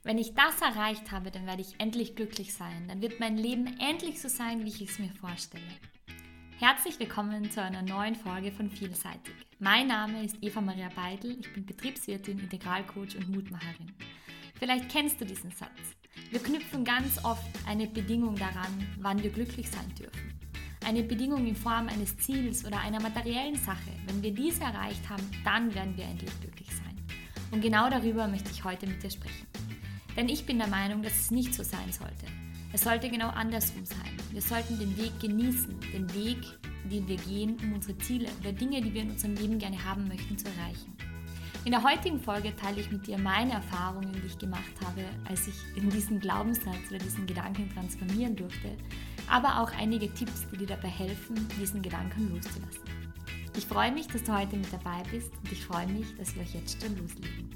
Wenn ich das erreicht habe, dann werde ich endlich glücklich sein. Dann wird mein Leben endlich so sein, wie ich es mir vorstelle. Herzlich willkommen zu einer neuen Folge von Vielseitig. Mein Name ist Eva Maria Beidl, ich bin Betriebswirtin, Integralcoach und Mutmacherin. Vielleicht kennst du diesen Satz. Wir knüpfen ganz oft eine Bedingung daran, wann wir glücklich sein dürfen. Eine Bedingung in Form eines Ziels oder einer materiellen Sache. Wenn wir diese erreicht haben, dann werden wir endlich glücklich sein. Und genau darüber möchte ich heute mit dir sprechen. Denn ich bin der Meinung, dass es nicht so sein sollte. Es sollte genau andersrum sein. Wir sollten den Weg genießen, den Weg, den wir gehen, um unsere Ziele oder Dinge, die wir in unserem Leben gerne haben möchten, zu erreichen. In der heutigen Folge teile ich mit dir meine Erfahrungen, die ich gemacht habe, als ich in diesen Glaubenssatz oder diesen Gedanken transformieren durfte, aber auch einige Tipps, die dir dabei helfen, diesen Gedanken loszulassen. Ich freue mich, dass du heute mit dabei bist und ich freue mich, dass wir euch jetzt schon loslegen.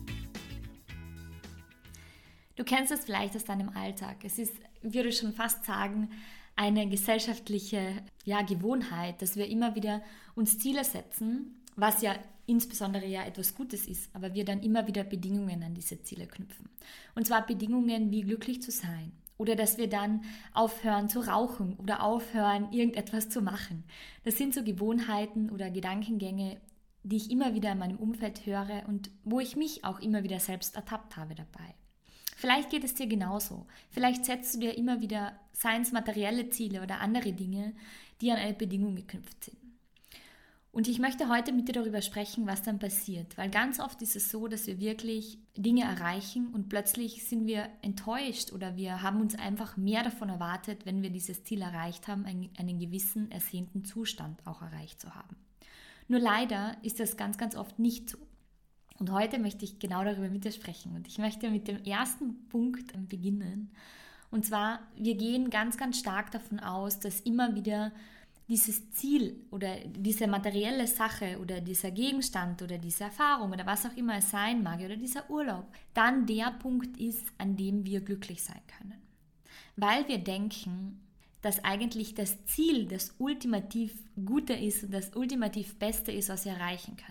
Du kennst es vielleicht aus deinem Alltag. Es ist, ich würde schon fast sagen, eine gesellschaftliche Gewohnheit, dass wir immer wieder uns Ziele setzen, was ja insbesondere ja etwas Gutes ist, aber wir dann immer wieder Bedingungen an diese Ziele knüpfen. Und zwar Bedingungen wie glücklich zu sein oder dass wir dann aufhören zu rauchen oder aufhören, irgendetwas zu machen. Das sind so Gewohnheiten oder Gedankengänge, die ich immer wieder in meinem Umfeld höre und wo ich mich auch immer wieder selbst ertappt habe dabei. Vielleicht geht es dir genauso. Vielleicht setzt du dir immer wieder, seien es materielle Ziele oder andere Dinge, die an eine Bedingung geknüpft sind. Und ich möchte heute mit dir darüber sprechen, was dann passiert. Weil ganz oft ist es so, dass wir wirklich Dinge erreichen und plötzlich sind wir enttäuscht oder wir haben uns einfach mehr davon erwartet, wenn wir dieses Ziel erreicht haben, einen gewissen ersehnten Zustand auch erreicht zu haben. Nur leider ist das ganz, ganz oft nicht so. Und heute möchte ich genau darüber mit dir sprechen. Und ich möchte mit dem ersten Punkt beginnen. Und zwar, wir gehen ganz, ganz stark davon aus, dass immer wieder dieses Ziel oder diese materielle Sache oder dieser Gegenstand oder diese Erfahrung oder was auch immer es sein mag oder dieser Urlaub dann der Punkt ist, an dem wir glücklich sein können. Weil wir denken, dass eigentlich das Ziel das ultimativ Gute ist und das ultimativ Beste ist, was wir erreichen können.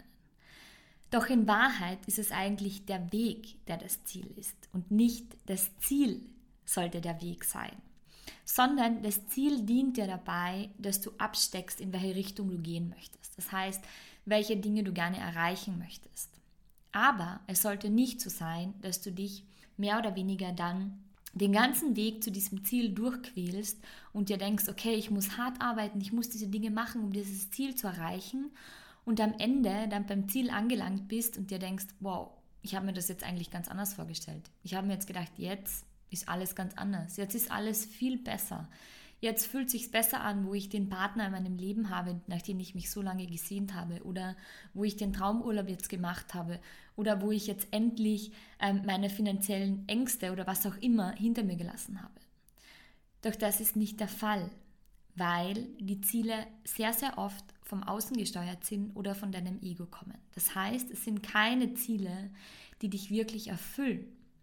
Doch in Wahrheit ist es eigentlich der Weg, der das Ziel ist und nicht das Ziel sollte der Weg sein, sondern das Ziel dient dir dabei, dass du absteckst, in welche Richtung du gehen möchtest. Das heißt, welche Dinge du gerne erreichen möchtest. Aber es sollte nicht so sein, dass du dich mehr oder weniger dann den ganzen Weg zu diesem Ziel durchquälst und dir denkst, okay, ich muss hart arbeiten, ich muss diese Dinge machen, um dieses Ziel zu erreichen. Und am Ende dann beim Ziel angelangt bist und dir denkst, wow, ich habe mir das jetzt eigentlich ganz anders vorgestellt. Ich habe mir jetzt gedacht, jetzt ist alles ganz anders. Jetzt ist alles viel besser. Jetzt fühlt es sich besser an, wo ich den Partner in meinem Leben habe, nachdem ich mich so lange gesehnt habe oder wo ich den Traumurlaub jetzt gemacht habe oder wo ich jetzt endlich meine finanziellen Ängste oder was auch immer hinter mir gelassen habe. Doch das ist nicht der Fall, weil die Ziele sehr, sehr oft vom Außen gesteuert sind oder von deinem Ego kommen. Das heißt, es sind keine Ziele, die dich wirklich erfüllen.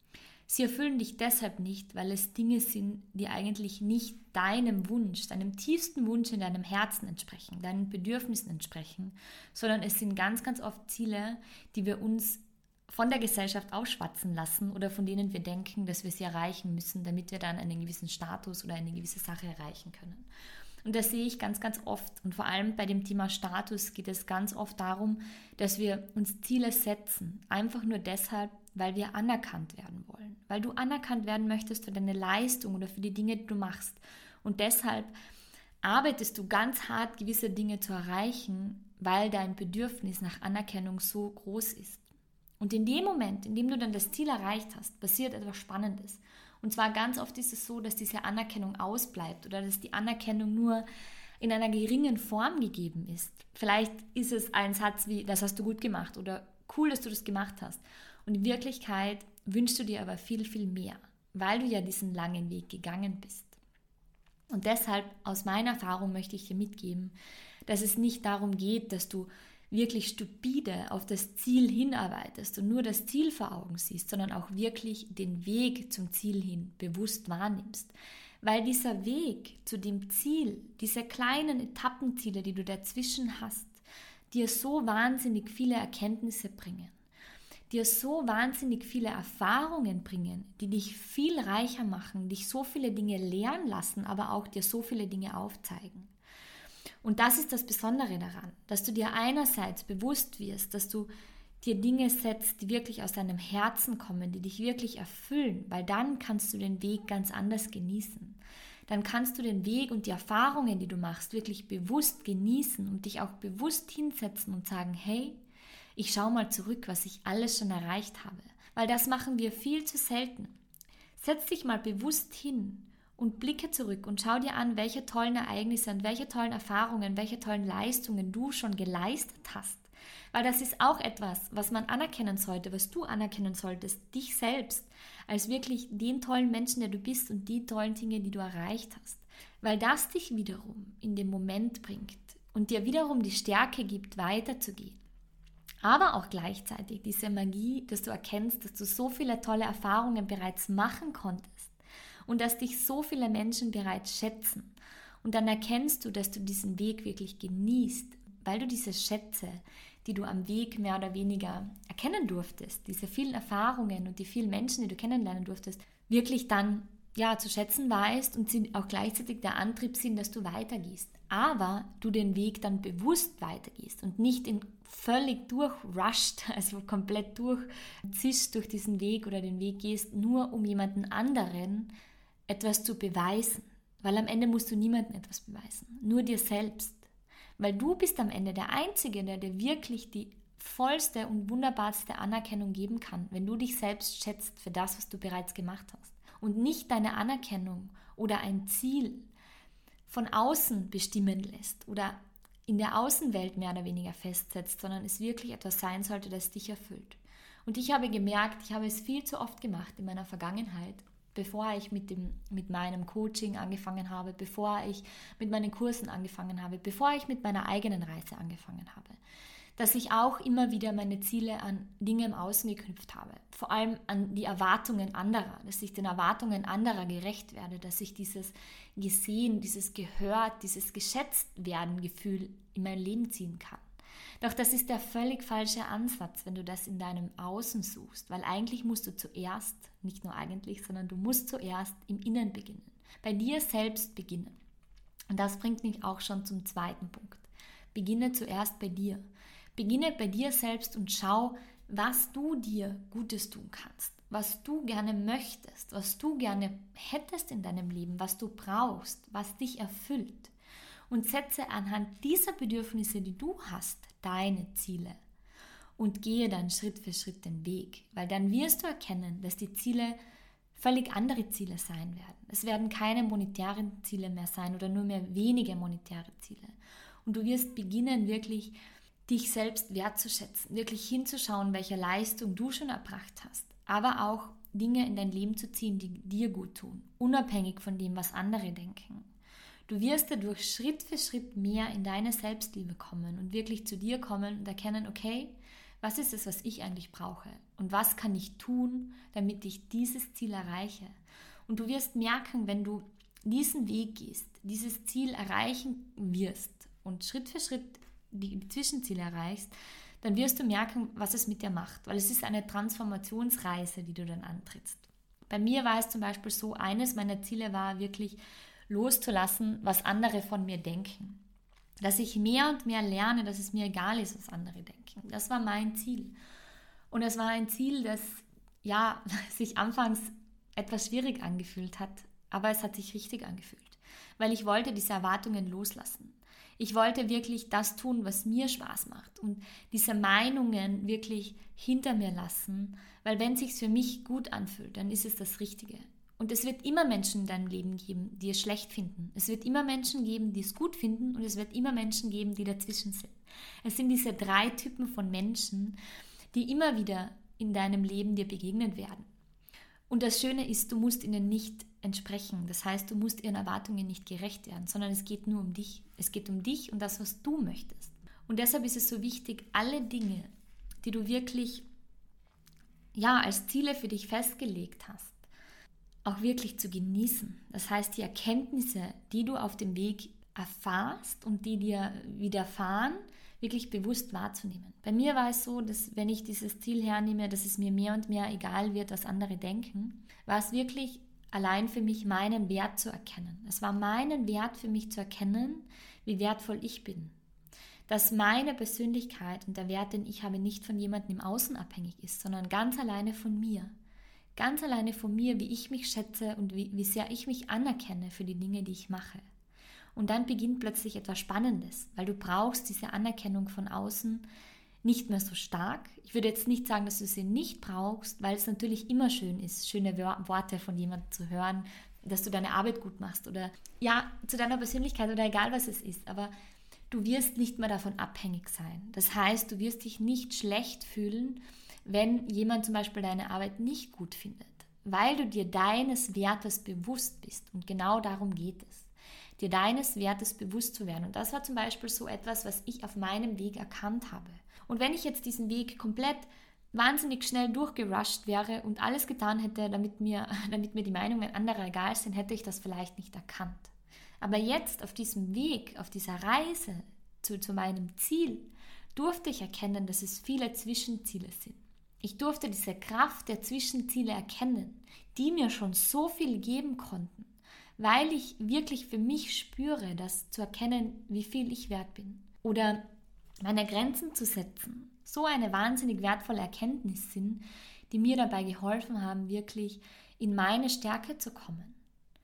Sie erfüllen dich deshalb nicht, weil es Dinge sind, die eigentlich nicht deinem Wunsch, deinem tiefsten Wunsch in deinem Herzen entsprechen, deinen Bedürfnissen entsprechen, sondern es sind ganz, ganz oft Ziele, die wir uns von der Gesellschaft ausschwatzen lassen oder von denen wir denken, dass wir sie erreichen müssen, damit wir dann einen gewissen Status oder eine gewisse Sache erreichen können. Und das sehe ich ganz, ganz oft. Und vor allem bei dem Thema Status geht es ganz oft darum, dass wir uns Ziele setzen. Einfach nur deshalb, weil wir anerkannt werden wollen. Weil du anerkannt werden möchtest für deine Leistung oder für die Dinge, die du machst. Und deshalb arbeitest du ganz hart, gewisse Dinge zu erreichen, weil dein Bedürfnis nach Anerkennung so groß ist. Und in dem Moment, in dem du dann das Ziel erreicht hast, passiert etwas Spannendes. Und zwar ganz oft ist es so, dass diese Anerkennung ausbleibt oder dass die Anerkennung nur in einer geringen Form gegeben ist. Vielleicht ist es ein Satz wie, das hast du gut gemacht oder cool, dass du das gemacht hast. Und in Wirklichkeit wünschst du dir aber viel, viel mehr, weil du ja diesen langen Weg gegangen bist. Und deshalb, aus meiner Erfahrung, möchte ich dir mitgeben, dass es nicht darum geht, dass du wirklich stupide auf das Ziel hinarbeitest und nur das Ziel vor Augen siehst, sondern auch wirklich den Weg zum Ziel hin bewusst wahrnimmst. Weil dieser Weg zu dem Ziel, diese kleinen Etappenziele, die du dazwischen hast, dir so wahnsinnig viele Erkenntnisse bringen. dir so wahnsinnig viele Erfahrungen bringen, die dich viel reicher machen, dich so viele Dinge lernen lassen, aber auch dir so viele Dinge aufzeigen. Und das ist das Besondere daran, dass du dir einerseits bewusst wirst, dass du dir Dinge setzt, die wirklich aus deinem Herzen kommen, die dich wirklich erfüllen, weil dann kannst du den Weg ganz anders genießen. Dann kannst du den Weg und die Erfahrungen, die du machst, wirklich bewusst genießen und dich auch bewusst hinsetzen und sagen, hey, ich schaue mal zurück, was ich alles schon erreicht habe. Weil das machen wir viel zu selten. Setz dich mal bewusst hin und blicke zurück und schau dir an, welche tollen Ereignisse und welche tollen Erfahrungen, welche tollen Leistungen du schon geleistet hast. Weil das ist auch etwas, was man anerkennen sollte, was du anerkennen solltest, dich selbst, als wirklich den tollen Menschen, der du bist und die tollen Dinge, die du erreicht hast. Weil das dich wiederum in den Moment bringt und dir wiederum die Stärke gibt, weiterzugehen. Aber auch gleichzeitig diese Magie, dass du erkennst, dass du so viele tolle Erfahrungen bereits machen konntest und dass dich so viele Menschen bereits schätzen. Und dann erkennst du, dass du diesen Weg wirklich genießt, weil du diese Schätze, die du am Weg mehr oder weniger erkennen durftest, diese vielen Erfahrungen und die vielen Menschen, die du kennenlernen durftest, wirklich dann zu schätzen weißt und sie auch gleichzeitig der Antrieb sind, dass du weitergehst. Aber du den Weg dann bewusst weitergehst und nicht völlig durchrusht, also komplett durchzischst durch diesen Weg oder den Weg gehst, nur um jemanden anderen etwas zu beweisen. Weil am Ende musst du niemandem etwas beweisen, nur dir selbst. Weil du bist am Ende der Einzige, der dir wirklich die vollste und wunderbarste Anerkennung geben kann, wenn du dich selbst schätzt für das, was du bereits gemacht hast. Und nicht deine Anerkennung oder ein Ziel von außen bestimmen lässt oder in der Außenwelt mehr oder weniger festsetzt, sondern es wirklich etwas sein sollte, das dich erfüllt. Und ich habe gemerkt, ich habe es viel zu oft gemacht in meiner Vergangenheit, bevor ich mit meinem Coaching angefangen habe, bevor ich mit meinen Kursen angefangen habe, bevor ich mit meiner eigenen Reise angefangen habe, dass ich auch immer wieder meine Ziele an Dinge im Außen geknüpft habe, vor allem an die Erwartungen anderer, dass ich den Erwartungen anderer gerecht werde, dass ich dieses gesehen, dieses gehört, dieses geschätzt werden Gefühl in mein Leben ziehen kann. Doch das ist der völlig falsche Ansatz, wenn du das in deinem Außen suchst, weil eigentlich musst du zuerst, nicht nur eigentlich, sondern du musst zuerst im Innen beginnen, bei dir selbst beginnen. Und das bringt mich auch schon zum zweiten Punkt. Beginne zuerst bei dir. Beginne bei dir selbst und schau, was du dir Gutes tun kannst, was du gerne möchtest, was du gerne hättest in deinem Leben, was du brauchst, was dich erfüllt. Und setze anhand dieser Bedürfnisse, die du hast, deine Ziele. Und gehe dann Schritt für Schritt den Weg, weil dann wirst du erkennen, dass die Ziele völlig andere Ziele sein werden. Es werden keine monetären Ziele mehr sein oder nur mehr wenige monetäre Ziele. Und du wirst beginnen, wirklich dich selbst wertzuschätzen, wirklich hinzuschauen, welche Leistung du schon erbracht hast, aber auch Dinge in dein Leben zu ziehen, die dir gut tun, unabhängig von dem, was andere denken. Du wirst dadurch Schritt für Schritt mehr in deine Selbstliebe kommen und wirklich zu dir kommen und erkennen, okay, was ist es, was ich eigentlich brauche und was kann ich tun, damit ich dieses Ziel erreiche. Und du wirst merken, wenn du diesen Weg gehst, dieses Ziel erreichen wirst und Schritt für Schritt die Zwischenziele erreichst, dann wirst du merken, was es mit dir macht, weil es ist eine Transformationsreise, die du dann antrittst. Bei mir war es zum Beispiel so, eines meiner Ziele war wirklich loszulassen, was andere von mir denken. Dass ich mehr und mehr lerne, dass es mir egal ist, was andere denken. Das war mein Ziel. Und es war ein Ziel, das sich anfangs etwas schwierig angefühlt hat, aber es hat sich richtig angefühlt, weil ich wollte diese Erwartungen loslassen. Ich wollte wirklich das tun, was mir Spaß macht und diese Meinungen wirklich hinter mir lassen, weil wenn es sich für mich gut anfühlt, dann ist es das Richtige. Und es wird immer Menschen in deinem Leben geben, die es schlecht finden. Es wird immer Menschen geben, die es gut finden und es wird immer Menschen geben, die dazwischen sind. Es sind diese 3 Typen von Menschen, die immer wieder in deinem Leben dir begegnen werden. Und das Schöne ist, du musst ihnen nicht entsprechen. Das heißt, du musst ihren Erwartungen nicht gerecht werden, sondern es geht nur um dich. Es geht um dich und das, was du möchtest. Und deshalb ist es so wichtig, alle Dinge, die du wirklich als Ziele für dich festgelegt hast, auch wirklich zu genießen. Das heißt, die Erkenntnisse, die du auf dem Weg erfahrst und die dir widerfahren, wirklich bewusst wahrzunehmen. Bei mir war es so, dass wenn ich dieses Ziel hernehme, dass es mir mehr und mehr egal wird, was andere denken, war es wirklich allein für mich meinen Wert zu erkennen. Es war meinen Wert für mich zu erkennen, wie wertvoll ich bin. Dass meine Persönlichkeit und der Wert, den ich habe, nicht von jemandem im Außen abhängig ist, sondern ganz alleine von mir. Ganz alleine von mir, wie ich mich schätze und wie sehr ich mich anerkenne für die Dinge, die ich mache. Und dann beginnt plötzlich etwas Spannendes, weil du brauchst diese Anerkennung von außen nicht mehr so stark. Ich würde jetzt nicht sagen, dass du sie nicht brauchst, weil es natürlich immer schön ist, schöne Worte von jemandem zu hören, dass du deine Arbeit gut machst oder ja, zu deiner Persönlichkeit oder egal was es ist, aber du wirst nicht mehr davon abhängig sein. Das heißt, du wirst dich nicht schlecht fühlen, wenn jemand zum Beispiel deine Arbeit nicht gut findet, weil du dir deines Wertes bewusst bist und genau darum geht es. Dir deines Wertes bewusst zu werden. Und das war zum Beispiel so etwas, was ich auf meinem Weg erkannt habe. Und wenn ich jetzt diesen Weg komplett wahnsinnig schnell durchgerusht wäre und alles getan hätte, damit mir die Meinungen anderer egal sind, hätte ich das vielleicht nicht erkannt. Aber jetzt auf diesem Weg, auf dieser Reise zu meinem Ziel, durfte ich erkennen, dass es viele Zwischenziele sind. Ich durfte diese Kraft der Zwischenziele erkennen, die mir schon so viel geben konnten, weil ich wirklich für mich spüre, das zu erkennen, wie viel ich wert bin. Oder meine Grenzen zu setzen. So eine wahnsinnig wertvolle Erkenntnis sind, die mir dabei geholfen haben, wirklich in meine Stärke zu kommen.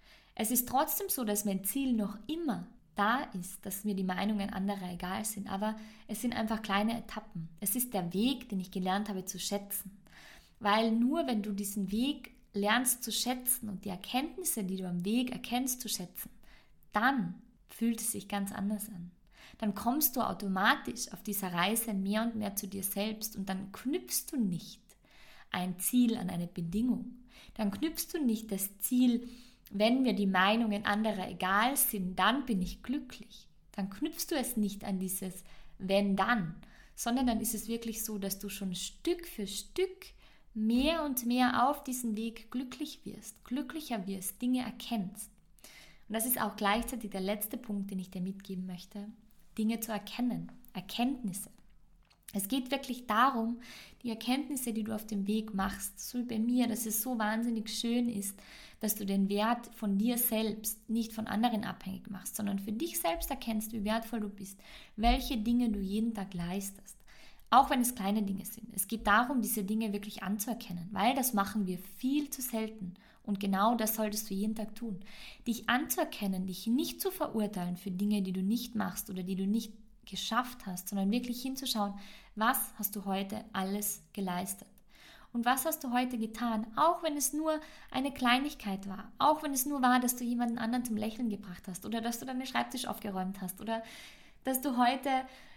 Es ist trotzdem so, dass mein Ziel noch immer da ist, dass mir die Meinungen anderer egal sind, aber es sind einfach kleine Etappen. Es ist der Weg, den ich gelernt habe zu schätzen. Weil nur wenn du diesen Weg lernst zu schätzen und die Erkenntnisse, die du am Weg erkennst, zu schätzen, dann fühlt es sich ganz anders an. Dann kommst du automatisch auf dieser Reise mehr und mehr zu dir selbst und dann knüpfst du nicht ein Ziel an eine Bedingung. Dann knüpfst du nicht das Ziel, wenn mir die Meinungen anderer egal sind, dann bin ich glücklich. Dann knüpfst du es nicht an dieses wenn dann, sondern dann ist es wirklich so, dass du schon Stück für Stück mehr und mehr auf diesem Weg glücklich wirst, glücklicher wirst, Dinge erkennst. Und das ist auch gleichzeitig der letzte Punkt, den ich dir mitgeben möchte, Dinge zu erkennen, Erkenntnisse. Es geht wirklich darum, die Erkenntnisse, die du auf dem Weg machst, so wie bei mir, dass es so wahnsinnig schön ist, dass du den Wert von dir selbst nicht von anderen abhängig machst, sondern für dich selbst erkennst, wie wertvoll du bist, welche Dinge du jeden Tag leistest. Auch wenn es kleine Dinge sind. Es geht darum, diese Dinge wirklich anzuerkennen, weil das machen wir viel zu selten. Und genau das solltest du jeden Tag tun. Dich anzuerkennen, dich nicht zu verurteilen für Dinge, die du nicht machst oder die du nicht geschafft hast, sondern wirklich hinzuschauen, was hast du heute alles geleistet? Und was hast du heute getan? Auch wenn es nur eine Kleinigkeit war. Auch wenn es nur war, dass du jemanden anderen zum Lächeln gebracht hast oder dass du deinen Schreibtisch aufgeräumt hast oder dass du heute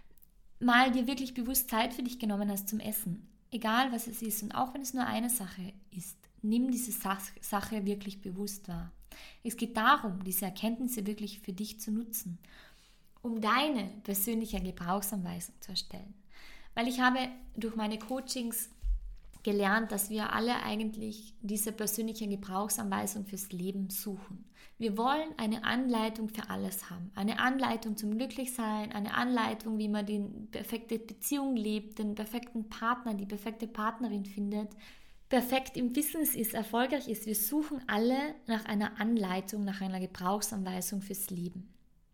mal dir wirklich bewusst Zeit für dich genommen hast zum Essen. Egal was es ist und auch wenn es nur eine Sache ist, nimm diese Sache wirklich bewusst wahr. Es geht darum, diese Erkenntnisse wirklich für dich zu nutzen, um deine persönliche Gebrauchsanweisung zu erstellen. Weil ich habe durch meine Coachings gelernt, dass wir alle eigentlich diese persönliche Gebrauchsanweisung fürs Leben suchen. Wir wollen eine Anleitung für alles haben. Eine Anleitung zum Glücklichsein, eine Anleitung, wie man die perfekte Beziehung lebt, den perfekten Partner, die perfekte Partnerin findet, perfekt im Business ist, erfolgreich ist. Wir suchen alle nach einer Anleitung, nach einer Gebrauchsanweisung fürs Leben.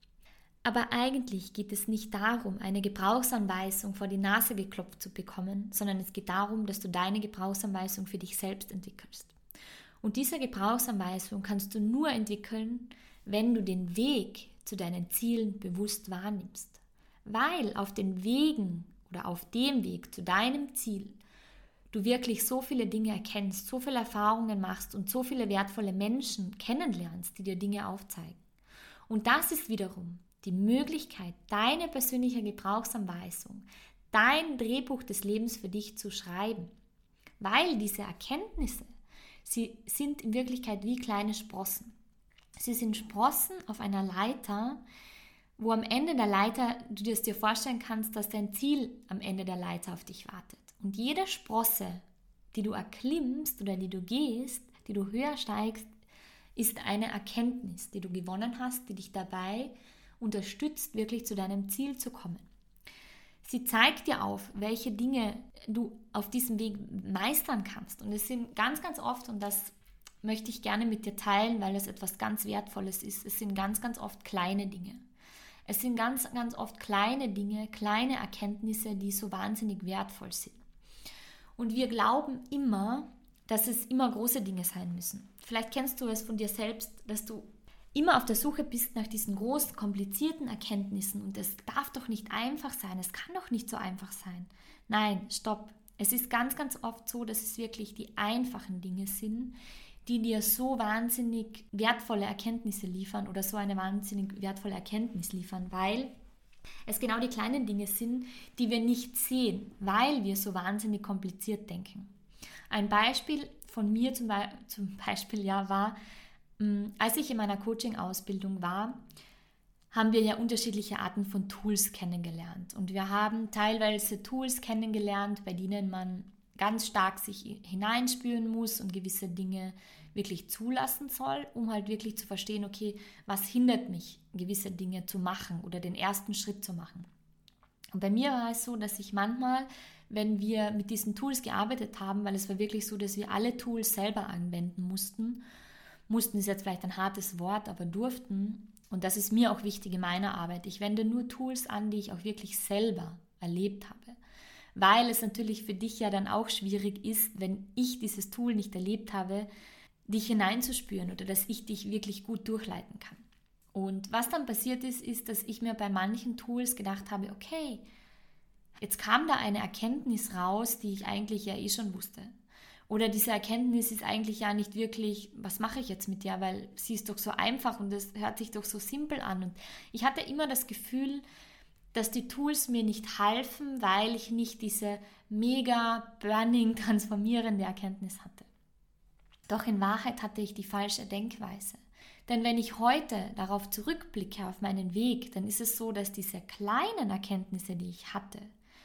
Aber eigentlich geht es nicht darum, eine Gebrauchsanweisung vor die Nase geklopft zu bekommen, sondern es geht darum, dass du deine Gebrauchsanweisung für dich selbst entwickelst. Und diese Gebrauchsanweisung kannst du nur entwickeln, wenn du den Weg zu deinen Zielen bewusst wahrnimmst. Weil auf den Wegen oder auf dem Weg zu deinem Ziel du wirklich so viele Dinge erkennst, so viele Erfahrungen machst und so viele wertvolle Menschen kennenlernst, die dir Dinge aufzeigen. Und das ist wiederum die Möglichkeit, deine persönliche Gebrauchsanweisung, dein Drehbuch des Lebens für dich zu schreiben. Weil diese Erkenntnisse, sie sind in Wirklichkeit wie kleine Sprossen. Sie sind Sprossen auf einer Leiter, wo am Ende der Leiter du dir vorstellen kannst, dass dein Ziel am Ende der Leiter auf dich wartet. Und jede Sprosse, die du erklimmst oder die du gehst, die du höher steigst, ist eine Erkenntnis, die du gewonnen hast, die dich dabei unterstützt, wirklich zu deinem Ziel zu kommen. Sie zeigt dir auf, welche Dinge du auf diesem Weg meistern kannst. Und es sind ganz, ganz oft, und das möchte ich gerne mit dir teilen, weil es etwas ganz Wertvolles ist, es sind ganz, ganz oft kleine Dinge. Es sind ganz, ganz oft kleine Dinge, kleine Erkenntnisse, die so wahnsinnig wertvoll sind. Und wir glauben immer, dass es immer große Dinge sein müssen. Vielleicht kennst du es von dir selbst, dass du immer auf der Suche bist nach diesen großen, komplizierten Erkenntnissen und es darf doch nicht einfach sein, es kann doch nicht so einfach sein. Nein, stopp. Es ist ganz, ganz oft so, dass es wirklich die einfachen Dinge sind, die dir so wahnsinnig wertvolle Erkenntnisse liefern oder so eine wahnsinnig wertvolle Erkenntnis liefern, weil es genau die kleinen Dinge sind, die wir nicht sehen, weil wir so wahnsinnig kompliziert denken. Ein Beispiel von mir zum Beispiel war, als ich in meiner Coaching-Ausbildung war, haben wir ja unterschiedliche Arten von Tools kennengelernt. Und wir haben teilweise Tools kennengelernt, bei denen man ganz stark sich hineinspüren muss und gewisse Dinge wirklich zulassen soll, um halt wirklich zu verstehen, okay, was hindert mich, gewisse Dinge zu machen oder den ersten Schritt zu machen. Und bei mir war es so, dass ich manchmal, wenn wir mit diesen Tools gearbeitet haben, weil es war wirklich so, dass wir alle Tools selber anwenden mussten ist jetzt vielleicht ein hartes Wort, aber durften, und das ist mir auch wichtig in meiner Arbeit, ich wende nur Tools an, die ich auch wirklich selber erlebt habe, weil es natürlich für dich ja dann auch schwierig ist, wenn ich dieses Tool nicht erlebt habe, dich hineinzuspüren oder dass ich dich wirklich gut durchleiten kann. Und was dann passiert ist, dass ich mir bei manchen Tools gedacht habe, okay, jetzt kam da eine Erkenntnis raus, die ich eigentlich ja eh schon wusste. Oder diese Erkenntnis ist eigentlich ja nicht wirklich, was mache ich jetzt mit dir, weil sie ist doch so einfach und es hört sich doch so simpel an. Und ich hatte immer das Gefühl, dass die Tools mir nicht halfen, weil ich nicht diese mega burning, transformierende Erkenntnis hatte. Doch in Wahrheit hatte ich die falsche Denkweise. Denn wenn ich heute darauf zurückblicke, auf meinen Weg, dann ist es so, dass diese kleinen Erkenntnisse, die ich hatte,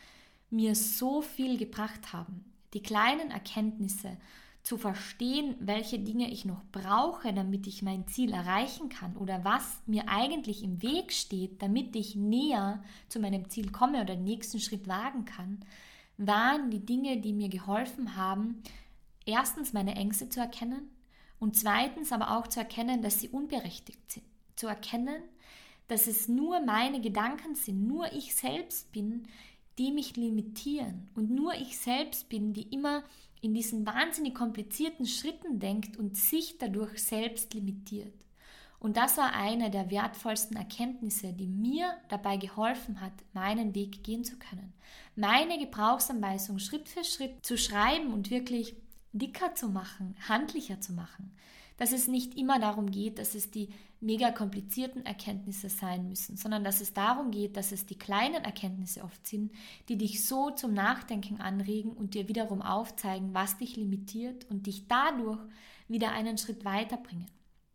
mir so viel gebracht haben. Die kleinen Erkenntnisse, zu verstehen, welche Dinge ich noch brauche, damit ich mein Ziel erreichen kann oder was mir eigentlich im Weg steht, damit ich näher zu meinem Ziel komme oder den nächsten Schritt wagen kann, waren die Dinge, die mir geholfen haben, erstens meine Ängste zu erkennen und zweitens aber auch zu erkennen, dass sie unberechtigt sind. Zu erkennen, dass es nur meine Gedanken sind, nur ich selbst bin, die mich limitieren und nur ich selbst bin, die immer in diesen wahnsinnig komplizierten Schritten denkt und sich dadurch selbst limitiert. Und das war eine der wertvollsten Erkenntnisse, die mir dabei geholfen hat, meinen Weg gehen zu können. Meine Gebrauchsanweisung Schritt für Schritt zu schreiben und wirklich dicker zu machen, handlicher zu machen. Dass es nicht immer darum geht, dass es die mega komplizierten Erkenntnisse sein müssen, sondern dass es darum geht, dass es die kleinen Erkenntnisse oft sind, die dich so zum Nachdenken anregen und dir wiederum aufzeigen, was dich limitiert und dich dadurch wieder einen Schritt weiterbringen.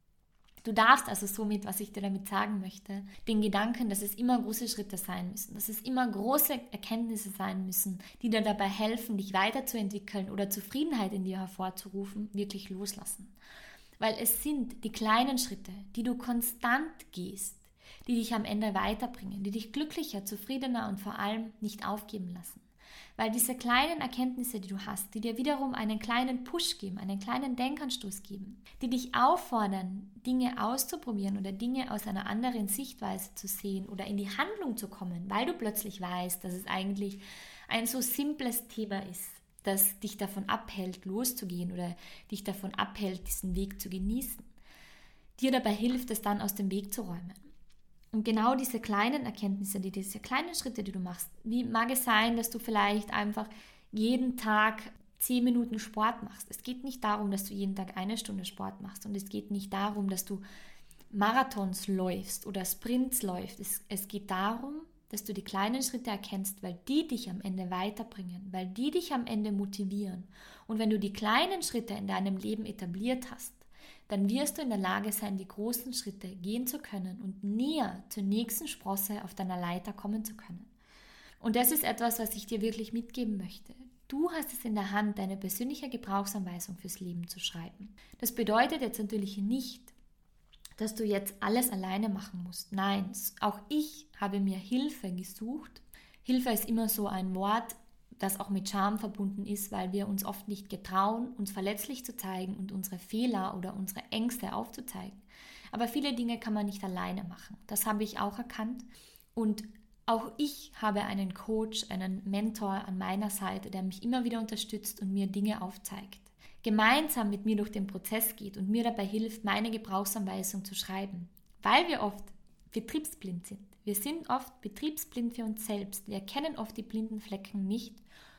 Du darfst also somit, was ich dir damit sagen möchte, den Gedanken, dass es immer große Schritte sein müssen, dass es immer große Erkenntnisse sein müssen, die dir dabei helfen, dich weiterzuentwickeln oder Zufriedenheit in dir hervorzurufen, wirklich loslassen. Weil es sind die kleinen Schritte, die du konstant gehst, die dich am Ende weiterbringen, die dich glücklicher, zufriedener und vor allem nicht aufgeben lassen. Weil diese kleinen Erkenntnisse, die du hast, die dir wiederum einen kleinen Push geben, einen kleinen Denkanstoß geben, die dich auffordern, Dinge auszuprobieren oder Dinge aus einer anderen Sichtweise zu sehen oder in die Handlung zu kommen, weil du plötzlich weißt, dass es eigentlich ein so simples Thema ist, das dich davon abhält, loszugehen oder dich davon abhält, diesen Weg zu genießen, dir dabei hilft, es dann aus dem Weg zu räumen. Und genau diese kleinen Erkenntnisse, diese kleinen Schritte, die du machst, wie mag es sein, dass du vielleicht einfach jeden Tag 10 Minuten Sport machst. Es geht nicht darum, dass du jeden Tag 1 Stunde Sport machst und es geht nicht darum, dass du Marathons läufst oder Sprints läufst. Es geht darum, dass du die kleinen Schritte erkennst, weil die dich am Ende weiterbringen, weil die dich am Ende motivieren. Und wenn du die kleinen Schritte in deinem Leben etabliert hast, dann wirst du in der Lage sein, die großen Schritte gehen zu können und näher zur nächsten Sprosse auf deiner Leiter kommen zu können. Und das ist etwas, was ich dir wirklich mitgeben möchte. Du hast es in der Hand, deine persönliche Gebrauchsanweisung fürs Leben zu schreiben. Das bedeutet jetzt natürlich nicht, dass du jetzt alles alleine machen musst. Nein, auch ich habe mir Hilfe gesucht, Hilfe ist immer so ein Wort, das auch mit Scham verbunden ist, weil wir uns oft nicht getrauen, uns verletzlich zu zeigen und unsere Fehler oder unsere Ängste aufzuzeigen. Aber viele Dinge kann man nicht alleine machen. Das habe ich auch erkannt. Und auch ich habe einen Coach, einen Mentor an meiner Seite, der mich immer wieder unterstützt und mir Dinge aufzeigt. Gemeinsam mit mir durch den Prozess geht und mir dabei hilft, meine Gebrauchsanweisung zu schreiben. Weil wir oft betriebsblind sind. Wir sind oft betriebsblind für uns selbst. Wir erkennen oft die blinden Flecken nicht.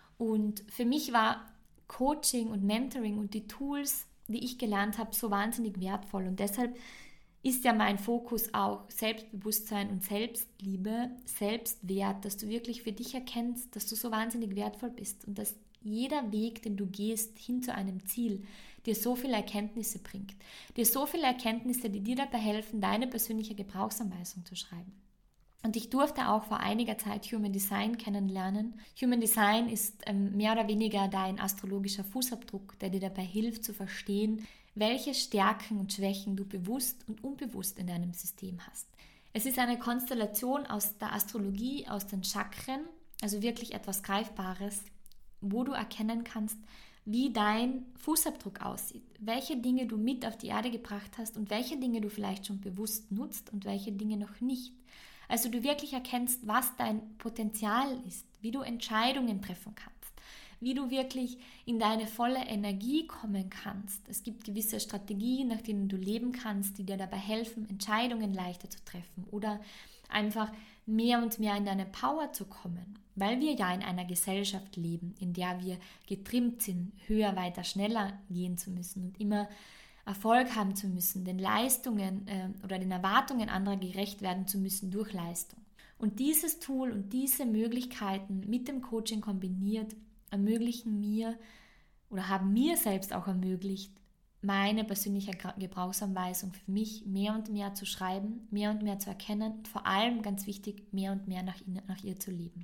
Und für mich war Coaching und Mentoring und die Tools, die ich gelernt habe, so wahnsinnig wertvoll. Und deshalb ist ja mein Fokus auch Selbstbewusstsein und Selbstliebe, Selbstwert, dass du wirklich für dich erkennst, dass du so wahnsinnig wertvoll bist und dass jeder Weg, den du gehst, hin zu einem Ziel, dir so viele Erkenntnisse bringt. Dir so viele Erkenntnisse, die dir dabei helfen, deine persönliche Gebrauchsanweisung zu schreiben. Und ich durfte auch vor einiger Zeit Human Design kennenlernen. Human Design ist mehr oder weniger dein astrologischer Fußabdruck, der dir dabei hilft zu verstehen, welche Stärken und Schwächen du bewusst und unbewusst in deinem System hast. Es ist eine Konstellation aus der Astrologie, aus den Chakren, also wirklich etwas Greifbares, wo du erkennen kannst, wie dein Fußabdruck aussieht, welche Dinge du mit auf die Erde gebracht hast und welche Dinge du vielleicht schon bewusst nutzt und welche Dinge noch nicht. Also du wirklich erkennst, was dein Potenzial ist, wie du Entscheidungen treffen kannst, wie du wirklich in deine volle Energie kommen kannst. Es gibt gewisse Strategien, nach denen du leben kannst, die dir dabei helfen, Entscheidungen leichter zu treffen oder einfach mehr und mehr in deine Power zu kommen, weil wir ja in einer Gesellschaft leben, in der wir getrimmt sind, höher, weiter, schneller gehen zu müssen und immer Erfolg haben zu müssen, den Leistungen oder den Erwartungen anderer gerecht werden zu müssen durch Leistung. Und dieses Tool und diese Möglichkeiten mit dem Coaching kombiniert, ermöglichen mir oder haben mir selbst auch ermöglicht, meine persönliche Gebrauchsanweisung für mich mehr und mehr zu schreiben, mehr und mehr zu erkennen und vor allem, ganz wichtig, mehr und mehr nach ihr zu leben.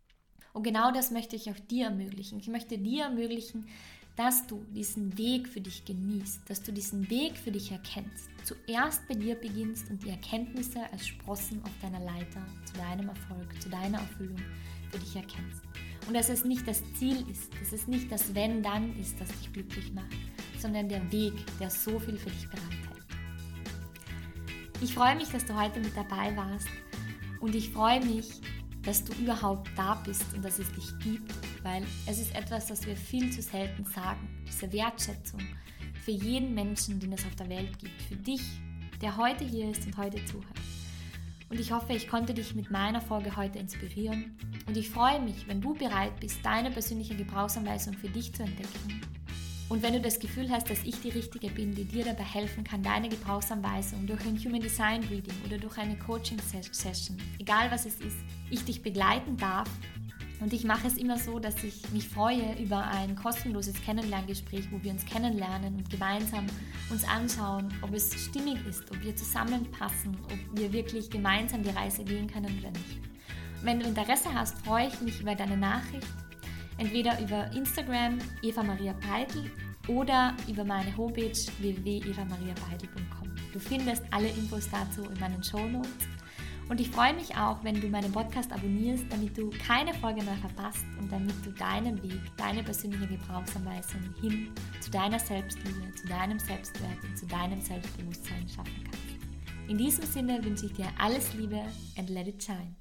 Und genau das möchte ich auch dir ermöglichen. Ich möchte dir ermöglichen, dass du diesen Weg für dich genießt, dass du diesen Weg für dich erkennst. Zuerst bei dir beginnst und die Erkenntnisse als Sprossen auf deiner Leiter zu deinem Erfolg, zu deiner Erfüllung für dich erkennst. Und dass es nicht das Ziel ist, dass es nicht das Wenn-Dann ist, das dich glücklich macht, sondern der Weg, der so viel für dich bereithält. Ich freue mich, dass du heute mit dabei warst und ich freue mich, dass du überhaupt da bist und dass es dich gibt, weil es ist etwas, das wir viel zu selten sagen. Diese Wertschätzung für jeden Menschen, den es auf der Welt gibt, für dich, der heute hier ist und heute zuhört. Und ich hoffe, ich konnte dich mit meiner Folge heute inspirieren und ich freue mich, wenn du bereit bist, deine persönliche Gebrauchsanweisung für dich zu entdecken. Und wenn du das Gefühl hast, dass ich die Richtige bin, die dir dabei helfen kann, deine Gebrauchsanweisung durch ein Human Design Reading oder durch eine Coaching-Session, egal was es ist, ich dich begleiten darf. Und ich mache es immer so, dass ich mich freue über ein kostenloses Kennenlerngespräch, wo wir uns kennenlernen und gemeinsam uns anschauen, ob es stimmig ist, ob wir zusammenpassen, ob wir wirklich gemeinsam die Reise gehen können oder nicht. Wenn du Interesse hast, freue ich mich über deine Nachricht, entweder über Instagram Eva Maria Peitl oder über meine Homepage www.evamariapeitl.com. Du findest alle Infos dazu in meinen Shownotes. Und ich freue mich auch, wenn du meinen Podcast abonnierst, damit du keine Folge mehr verpasst und damit du deinen Weg, deine persönliche Gebrauchsanweisung hin zu deiner Selbstliebe, zu deinem Selbstwert und zu deinem Selbstbewusstsein schaffen kannst. In diesem Sinne wünsche ich dir alles Liebe and let it shine.